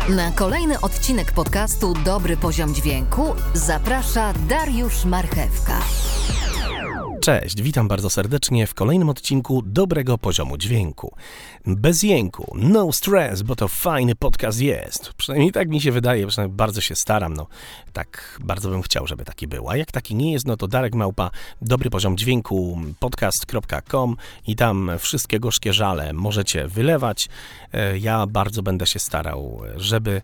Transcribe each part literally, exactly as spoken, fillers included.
Na kolejny odcinek podcastu Dobry Poziom Dźwięku zaprasza Dariusz Marchewka. Cześć, witam bardzo serdecznie w kolejnym odcinku Dobrego Poziomu Dźwięku. Bez jęku, no stress, bo to fajny podcast jest. Przynajmniej tak mi się wydaje, przynajmniej bardzo się staram, no tak bardzo bym chciał, żeby taki był. A jak taki nie jest, no to Darek Małpa, Dobry Poziom Dźwięku, podcast kropka com i tam wszystkie gorzkie żale możecie wylewać. Ja bardzo będę się starał, żeby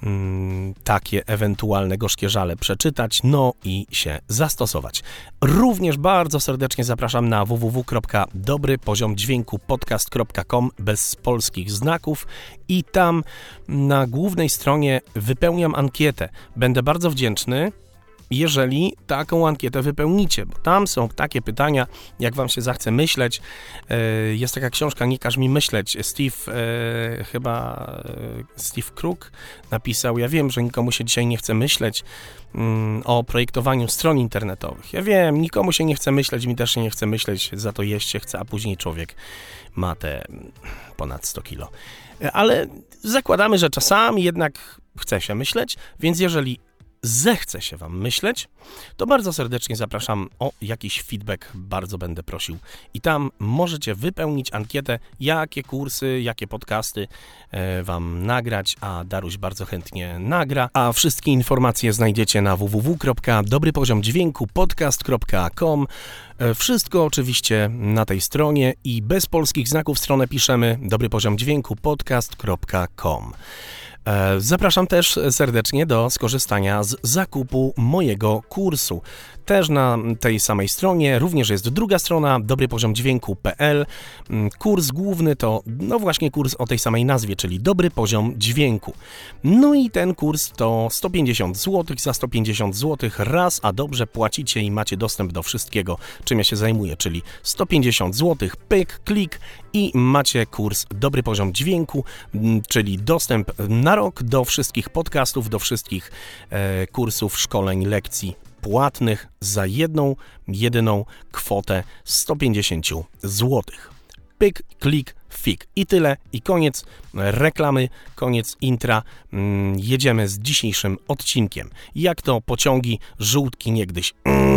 mm, takie ewentualne gorzkie żale przeczytać, no i się zastosować. Również bardzo serdecznie zapraszam na w w w kropka dobry poziom dźwięku podcast kropka com bez polskich znaków i tam na głównej stronie wypełniam ankietę. Będę bardzo wdzięczny, jeżeli taką ankietę wypełnicie, bo tam są takie pytania, jak wam się zachce myśleć. Jest taka książka Nie każ mi myśleć. Steve, e, chyba Steve Krug napisał, ja wiem, że nikomu się dzisiaj nie chce myśleć mm, o projektowaniu stron internetowych. Ja wiem, nikomu się nie chce myśleć, mi też się nie chce myśleć, za to jeść się chce, a później człowiek ma te ponad sto kilo. Ale zakładamy, że czasami jednak chce się myśleć, więc jeżeli zechce się wam myśleć, to bardzo serdecznie zapraszam o jakiś feedback, bardzo będę prosił. I tam możecie wypełnić ankietę, jakie kursy, jakie podcasty e, wam nagrać, a Daruś bardzo chętnie nagra. A wszystkie informacje znajdziecie na w w w kropka dobry poziom dźwięku podcast kropka com. E, wszystko oczywiście na tej stronie i bez polskich znaków stronę piszemy dobry poziom dźwięku podcast kropka com. Zapraszam też serdecznie do skorzystania z zakupu mojego kursu. Też na tej samej stronie również jest druga strona dobry poziom dźwięku kropka p l. Kurs główny to no właśnie kurs o tej samej nazwie, czyli Dobry Poziom Dźwięku. No i ten kurs to sto pięćdziesiąt złotych. Za sto pięćdziesiąt złotych raz, a dobrze płacicie i macie dostęp do wszystkiego, czym ja się zajmuję, czyli sto pięćdziesiąt złotych, pyk, klik i macie kurs Dobry Poziom Dźwięku, czyli dostęp na rok do wszystkich podcastów, do wszystkich e, kursów, szkoleń, lekcji płatnych za jedną, jedyną kwotę sto pięćdziesiąt złotych. Pyk, klik, fik. I tyle. I koniec reklamy, koniec intra. Jedziemy z dzisiejszym odcinkiem. Jak to pociągi, żółtki niegdyś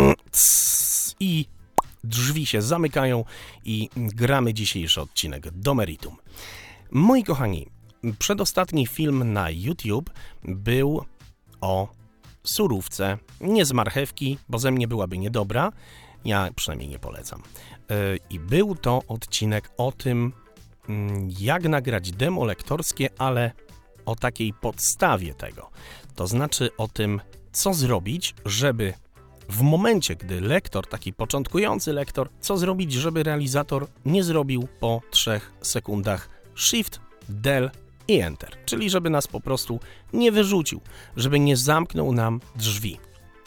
i drzwi się zamykają i gramy dzisiejszy odcinek do meritum. Moi kochani, przedostatni film na YouTube był o surówce, nie z marchewki, bo ze mnie byłaby niedobra, ja przynajmniej nie polecam. I był to odcinek o tym, jak nagrać demo lektorskie, ale o takiej podstawie tego. To znaczy o tym, co zrobić, żeby w momencie, gdy lektor, taki początkujący lektor, co zrobić, żeby realizator nie zrobił po trzech sekundach Shift, Del i Enter, czyli żeby nas po prostu nie wyrzucił, żeby nie zamknął nam drzwi.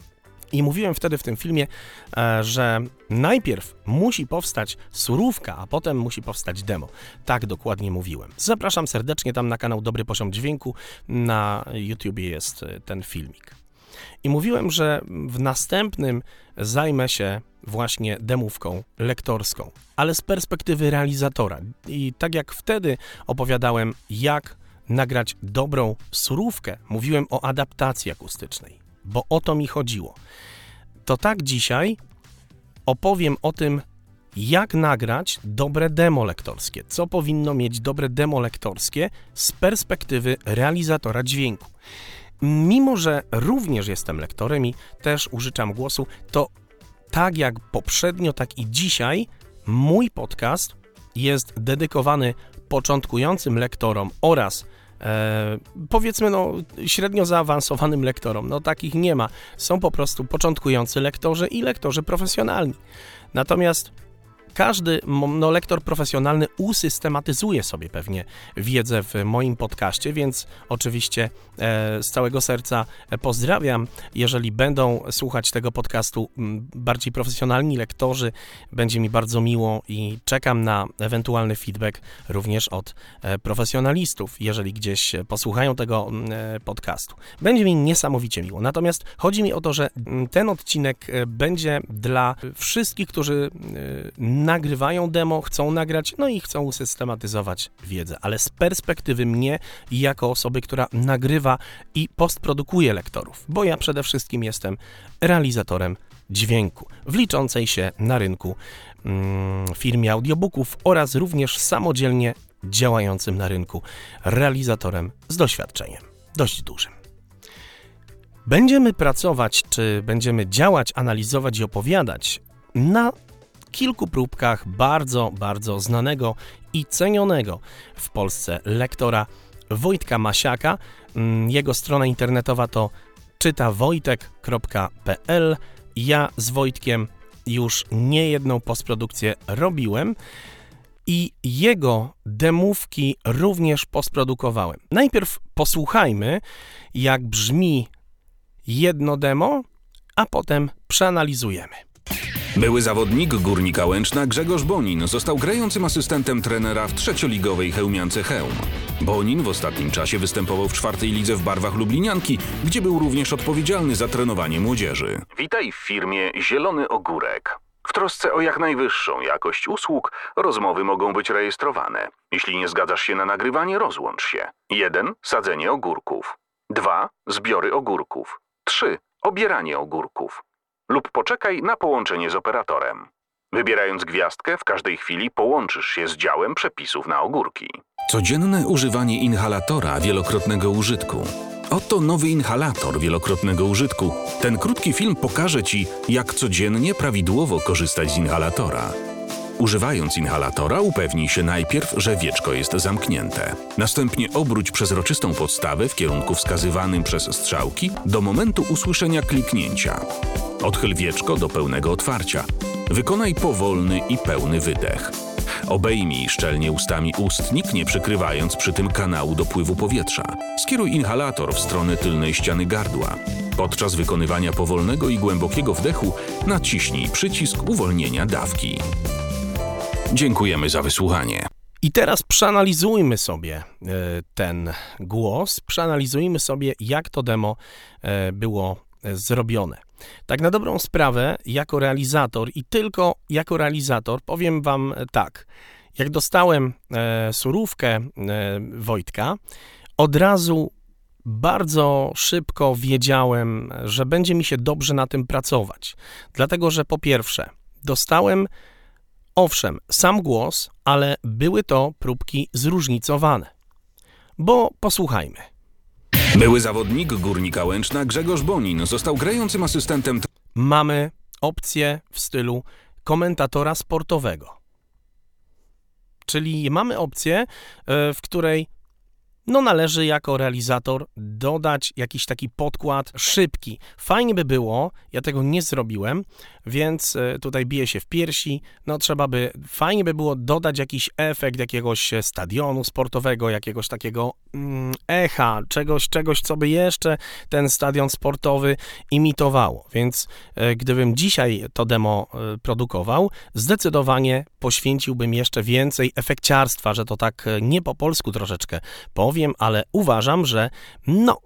I mówiłem wtedy w tym filmie, że najpierw musi powstać surówka, a potem musi powstać demo. Tak dokładnie mówiłem. Zapraszam serdecznie tam na kanał Dobry Poziom Dźwięku, na YouTubie jest ten filmik. I mówiłem, że w następnym zajmę się właśnie demówką lektorską, ale z perspektywy realizatora. I tak jak wtedy opowiadałem, jak nagrać dobrą surówkę, mówiłem o adaptacji akustycznej, bo o to mi chodziło. To tak dzisiaj opowiem o tym, jak nagrać dobre demo lektorskie, co powinno mieć dobre demo lektorskie z perspektywy realizatora dźwięku. Mimo że również jestem lektorem i też użyczam głosu, to tak jak poprzednio, tak i dzisiaj mój podcast jest dedykowany początkującym lektorom oraz e, powiedzmy no średnio zaawansowanym lektorom. No takich nie ma. Są po prostu początkujący lektorzy i lektorzy profesjonalni. Natomiast każdy no, lektor profesjonalny usystematyzuje sobie pewnie wiedzę w moim podcaście, więc oczywiście e, z całego serca pozdrawiam. Jeżeli będą słuchać tego podcastu bardziej profesjonalni lektorzy, będzie mi bardzo miło i czekam na ewentualny feedback również od e, profesjonalistów, jeżeli gdzieś posłuchają tego e, podcastu. Będzie mi niesamowicie miło. Natomiast chodzi mi o to, że ten odcinek będzie dla wszystkich, którzy e, nagrywają demo, chcą nagrać, no i chcą usystematyzować wiedzę. Ale z perspektywy mnie, jako osoby, która nagrywa i postprodukuje lektorów, bo ja przede wszystkim jestem realizatorem dźwięku w liczącej się na rynku mm, firmie audiobooków oraz również samodzielnie działającym na rynku realizatorem z doświadczeniem dość dużym. Będziemy pracować, czy będziemy działać, analizować i opowiadać na kilku próbkach bardzo, bardzo znanego i cenionego w Polsce lektora Wojtka Masiaka. Jego strona internetowa to czyta wojtek kropka p l. Ja z Wojtkiem już niejedną postprodukcję robiłem i jego demówki również postprodukowałem. Najpierw posłuchajmy, jak brzmi jedno demo, a potem przeanalizujemy. Były zawodnik Górnika Łęczna Grzegorz Bonin został grającym asystentem trenera w trzecioligowej Chełmiance Chełm. Bonin w ostatnim czasie występował w czwartej lidze w barwach Lublinianki, gdzie był również odpowiedzialny za trenowanie młodzieży. Witaj w firmie Zielony Ogórek. W trosce o jak najwyższą jakość usług rozmowy mogą być rejestrowane. Jeśli nie zgadzasz się na nagrywanie, rozłącz się. jeden. Sadzenie ogórków. dwa. Zbiory ogórków. trzy. Obieranie ogórków. Lub poczekaj na połączenie z operatorem. Wybierając gwiazdkę, w każdej chwili połączysz się z działem przepisów na ogórki. Codzienne używanie inhalatora wielokrotnego użytku. Oto nowy inhalator wielokrotnego użytku. Ten krótki film pokaże Ci, jak codziennie prawidłowo korzystać z inhalatora. Używając inhalatora, upewnij się najpierw, że wieczko jest zamknięte. Następnie obróć przezroczystą podstawę w kierunku wskazywanym przez strzałki do momentu usłyszenia kliknięcia. Odchyl wieczko do pełnego otwarcia. Wykonaj powolny i pełny wydech. Obejmij szczelnie ustami ustnik, nie przykrywając przy tym kanału dopływu powietrza. Skieruj inhalator w stronę tylnej ściany gardła. Podczas wykonywania powolnego i głębokiego wdechu naciśnij przycisk uwolnienia dawki. Dziękujemy za wysłuchanie. I teraz przeanalizujmy sobie ten głos, przeanalizujmy sobie, jak to demo było zrobione. Tak na dobrą sprawę, jako realizator i tylko jako realizator powiem Wam tak. Jak dostałem surówkę Wojtka, od razu bardzo szybko wiedziałem, że będzie mi się dobrze na tym pracować. Dlatego, że po pierwsze, dostałem owszem, sam głos, ale były to próbki zróżnicowane. Bo posłuchajmy. Były zawodnik Górnika Łęczna Grzegorz Bonin został grającym asystentem... Mamy opcję w stylu komentatora sportowego. Czyli mamy opcję, w której no należy jako realizator dodać jakiś taki podkład szybki. Fajnie by było, ja tego nie zrobiłem, więc tutaj biję się w piersi, no trzeba by, fajnie by było dodać jakiś efekt jakiegoś stadionu sportowego, jakiegoś takiego mm, echa, czegoś, czegoś, co by jeszcze ten stadion sportowy imitowało. Więc e, gdybym dzisiaj to demo e, produkował, zdecydowanie poświęciłbym jeszcze więcej efekciarstwa, że to tak nie po polsku troszeczkę powiem, ale uważam, że no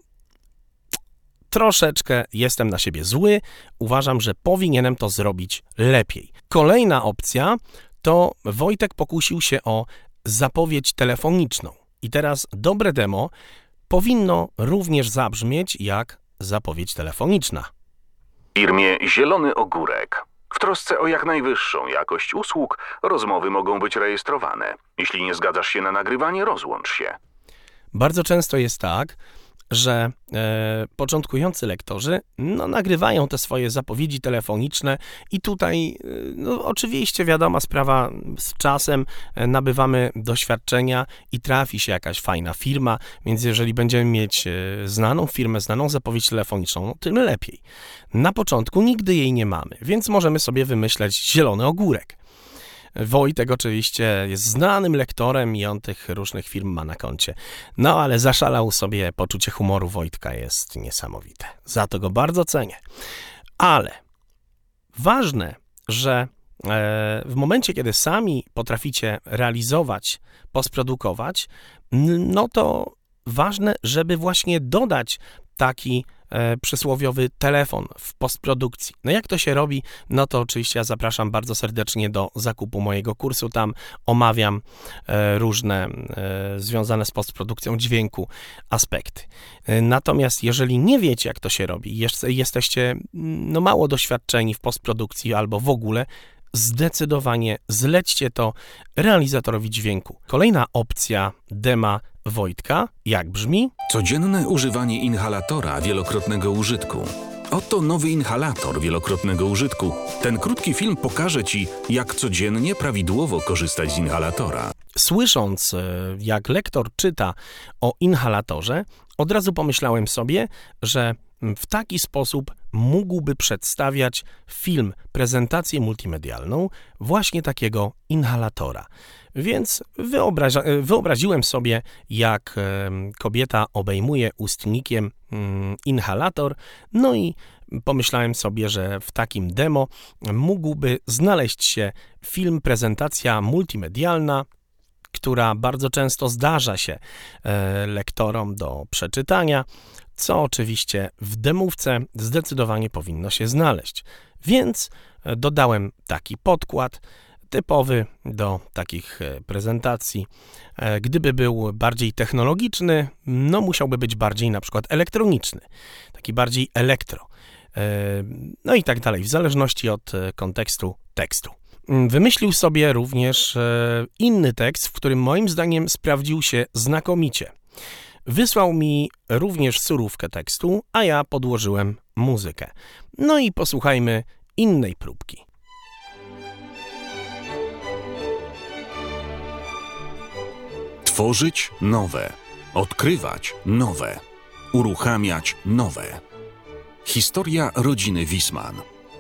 troszeczkę jestem na siebie zły, uważam, że powinienem to zrobić lepiej. Kolejna opcja to Wojtek pokusił się o zapowiedź telefoniczną. I teraz dobre demo powinno również zabrzmieć jak zapowiedź telefoniczna. W firmie Zielony Ogórek. W trosce o jak najwyższą jakość usług rozmowy mogą być rejestrowane. Jeśli nie zgadzasz się na nagrywanie, rozłącz się. Bardzo często jest tak, że e, początkujący lektorzy no, nagrywają te swoje zapowiedzi telefoniczne i tutaj no, oczywiście wiadoma sprawa, z czasem e, nabywamy doświadczenia i trafi się jakaś fajna firma, więc jeżeli będziemy mieć e, znaną firmę, znaną zapowiedź telefoniczną, no, tym lepiej. Na początku nigdy jej nie mamy, więc możemy sobie wymyśleć zielony ogórek. Wojtek oczywiście jest znanym lektorem i on tych różnych firm ma na koncie. No ale zaszalał sobie, poczucie humoru Wojtka jest niesamowite. Za to go bardzo cenię. Ale ważne, że w momencie, kiedy sami potraficie realizować, postprodukować, no to ważne, żeby właśnie dodać taki e, przysłowiowy telefon w postprodukcji. No jak to się robi? No to oczywiście ja zapraszam bardzo serdecznie do zakupu mojego kursu. Tam omawiam e, różne e, związane z postprodukcją dźwięku aspekty. E, natomiast jeżeli nie wiecie, jak to się robi, jest, jesteście no, mało doświadczeni w postprodukcji albo w ogóle, zdecydowanie zlećcie to realizatorowi dźwięku. Kolejna opcja dema Wojtka, jak brzmi? Codzienne używanie inhalatora wielokrotnego użytku. Oto nowy inhalator wielokrotnego użytku. Ten krótki film pokaże Ci, jak codziennie prawidłowo korzystać z inhalatora. Słysząc, jak lektor czyta o inhalatorze, od razu pomyślałem sobie, że w taki sposób mógłby przedstawiać film, prezentację multimedialną właśnie takiego inhalatora. Więc wyobraża, wyobraziłem sobie, jak kobieta obejmuje ustnikiem inhalator, no i pomyślałem sobie, że w takim demo mógłby znaleźć się film, prezentacja multimedialna, która bardzo często zdarza się lektorom do przeczytania, co oczywiście w demówce zdecydowanie powinno się znaleźć. Więc dodałem taki podkład typowy do takich prezentacji. Gdyby był bardziej technologiczny, no musiałby być bardziej na przykład elektroniczny, taki bardziej elektro. No i tak dalej, w zależności od kontekstu tekstu. Wymyślił sobie również inny tekst, w którym moim zdaniem sprawdził się znakomicie. Wysłał mi również surówkę tekstu, a ja podłożyłem muzykę. No i posłuchajmy innej próbki. Tworzyć nowe, odkrywać nowe, uruchamiać nowe. Historia rodziny Wisman.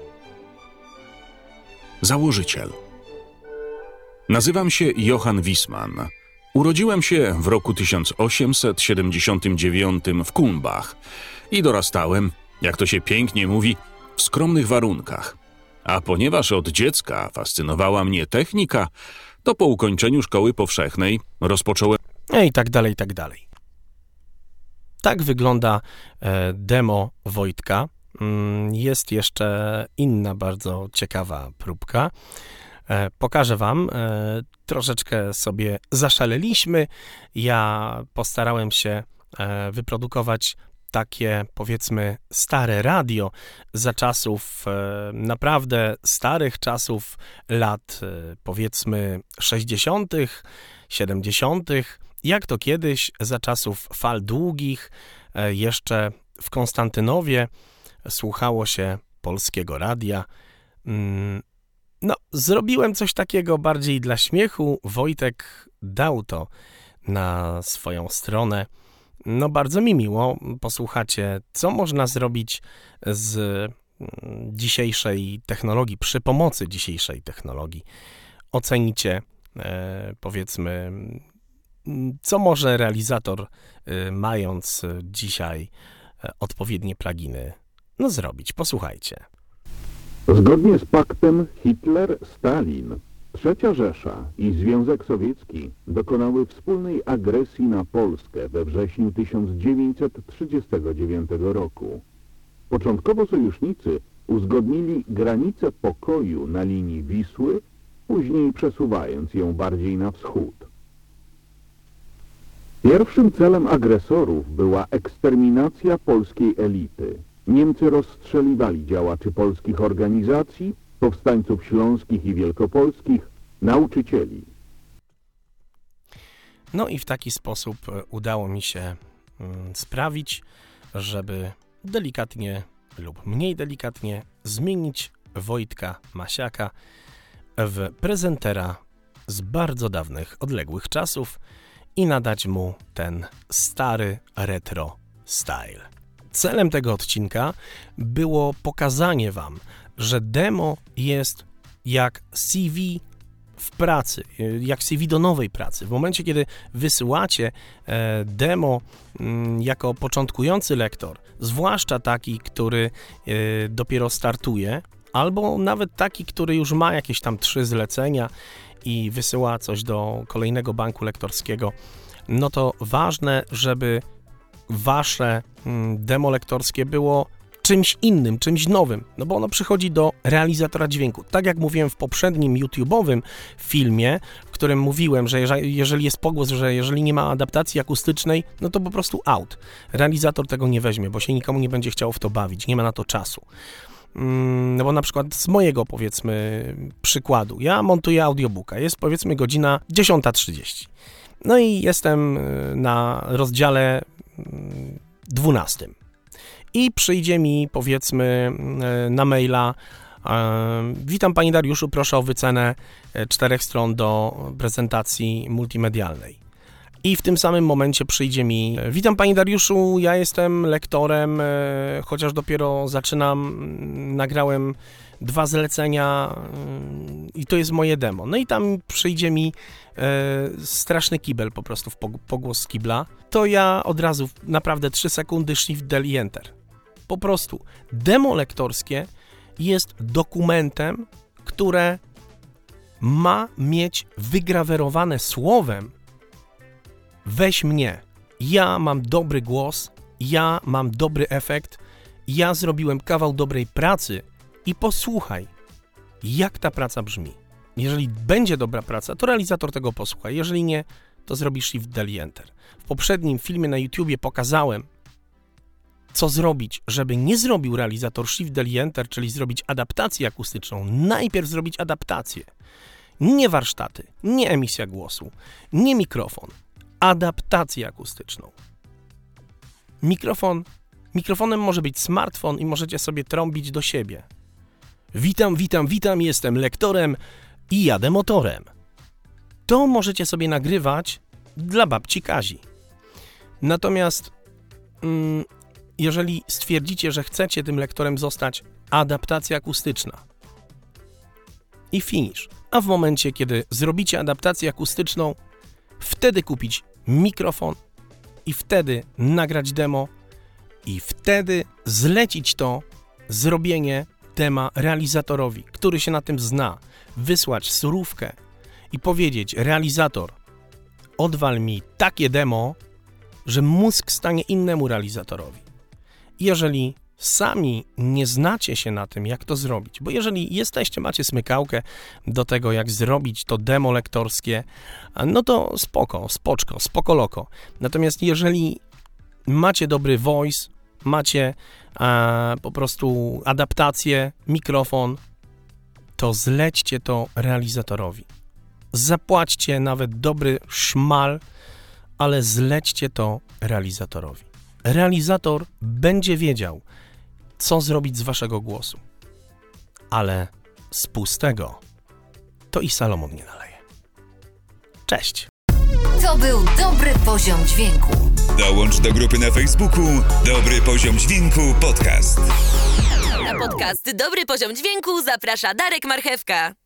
Założyciel. Nazywam się Johann Wisman. Urodziłem się w roku tysiąc osiemset siedemdziesiątym dziewiątym w Kulmbach i dorastałem, jak to się pięknie mówi, w skromnych warunkach. A ponieważ od dziecka fascynowała mnie technika, to po ukończeniu szkoły powszechnej rozpocząłem... I tak dalej, i tak dalej. Tak wygląda demo Wojtka. Jest jeszcze inna bardzo ciekawa próbka. Pokażę Wam, troszeczkę sobie zaszaleliśmy. Ja postarałem się wyprodukować takie, powiedzmy, stare radio za czasów, naprawdę starych czasów lat, powiedzmy, sześćdziesiątych, siedemdziesiątych, jak to kiedyś za czasów fal długich, jeszcze w Konstantynowie słuchało się polskiego radia. No, zrobiłem coś takiego bardziej dla śmiechu. Wojtek dał to na swoją stronę. No, bardzo mi miło. Posłuchacie, co można zrobić z dzisiejszej technologii, przy pomocy dzisiejszej technologii. Ocenicie, e, powiedzmy, co może realizator, e, mając dzisiaj odpowiednie pluginy, no zrobić. Posłuchajcie. Zgodnie z paktem Hitler-Stalin, Trzecia Rzesza i Związek Sowiecki dokonały wspólnej agresji na Polskę we wrześniu tysiąc dziewięćset trzydziestego dziewiątego roku. Początkowo sojusznicy uzgodnili granice pokoju na linii Wisły, później przesuwając ją bardziej na wschód. Pierwszym celem agresorów była eksterminacja polskiej elity. Niemcy rozstrzeliwali działaczy polskich organizacji, powstańców śląskich i wielkopolskich, nauczycieli. No i w taki sposób udało mi się sprawić, żeby delikatnie lub mniej delikatnie zmienić Wojtka Masiaka w prezentera z bardzo dawnych, odległych czasów i nadać mu ten stary retro style. Celem tego odcinka było pokazanie Wam, że demo jest jak C V w pracy, jak C V do nowej pracy. W momencie, kiedy wysyłacie demo jako początkujący lektor, zwłaszcza taki, który dopiero startuje, albo nawet taki, który już ma jakieś tam trzy zlecenia i wysyła coś do kolejnego banku lektorskiego, no to ważne, żeby wasze demo lektorskie było czymś innym, czymś nowym, no bo ono przychodzi do realizatora dźwięku. Tak jak mówiłem w poprzednim YouTube'owym filmie, w którym mówiłem, że jeżeli jest pogłos, że jeżeli nie ma adaptacji akustycznej, no to po prostu out. Realizator tego nie weźmie, bo się nikomu nie będzie chciało w to bawić, nie ma na to czasu. No bo na przykład z mojego, powiedzmy, przykładu, ja montuję audiobooka, jest powiedzmy godzina dziesiąta trzydzieści. No i jestem na rozdziale dwunastym. I przyjdzie mi, powiedzmy, na maila: witam Panie Dariuszu, proszę o wycenę czterech stron do prezentacji multimedialnej. I w tym samym momencie przyjdzie mi: witam Panie Dariuszu, ja jestem lektorem, chociaż dopiero zaczynam, nagrałem dwa zlecenia i to jest moje demo. No i tam przyjdzie mi straszny kibel, po prostu w pogłos z kibla. To ja od razu, naprawdę trzy sekundy, Shift, Del i Enter. Po prostu demo lektorskie jest dokumentem, które ma mieć wygrawerowane słowem: weź mnie, ja mam dobry głos, ja mam dobry efekt, ja zrobiłem kawał dobrej pracy i posłuchaj, jak ta praca brzmi. Jeżeli będzie dobra praca, to realizator tego posłucha. Jeżeli nie, to zrobi Shift, Del i Enter. W poprzednim filmie na YouTubie pokazałem, co zrobić, żeby nie zrobił realizator Shift, Del i Enter, czyli zrobić adaptację akustyczną. Najpierw zrobić adaptację. Nie warsztaty, nie emisja głosu, nie mikrofon. Adaptację akustyczną. Mikrofon, mikrofonem może być smartfon i możecie sobie trąbić do siebie. Witam, witam, witam, jestem lektorem i jadę motorem. To możecie sobie nagrywać dla babci Kazi. Natomiast mm, jeżeli stwierdzicie, że chcecie tym lektorem zostać, adaptacja akustyczna. I finish. A w momencie, kiedy zrobicie adaptację akustyczną, wtedy kupić mikrofon i wtedy nagrać demo i wtedy zlecić to zrobienie dema realizatorowi, który się na tym zna, wysłać surówkę i powiedzieć: realizator, odwal mi takie demo, że mózg stanie innemu realizatorowi. Jeżeli sami nie znacie się na tym, jak to zrobić, bo jeżeli jesteście, macie smykałkę do tego, jak zrobić to demo lektorskie, no to spoko, spoczko, spoko loko. Natomiast jeżeli macie dobry voice, macie e, po prostu adaptację, mikrofon, to zlećcie to realizatorowi. Zapłaćcie nawet dobry szmal, ale zlećcie to realizatorowi. Realizator będzie wiedział, co zrobić z waszego głosu. Ale z pustego to i Salomon nie naleje. Cześć! To był Dobry Poziom Dźwięku. Dołącz do grupy na Facebooku Dobry Poziom Dźwięku Podcast. Na podcast Dobry Poziom Dźwięku zaprasza Darek Marchewka.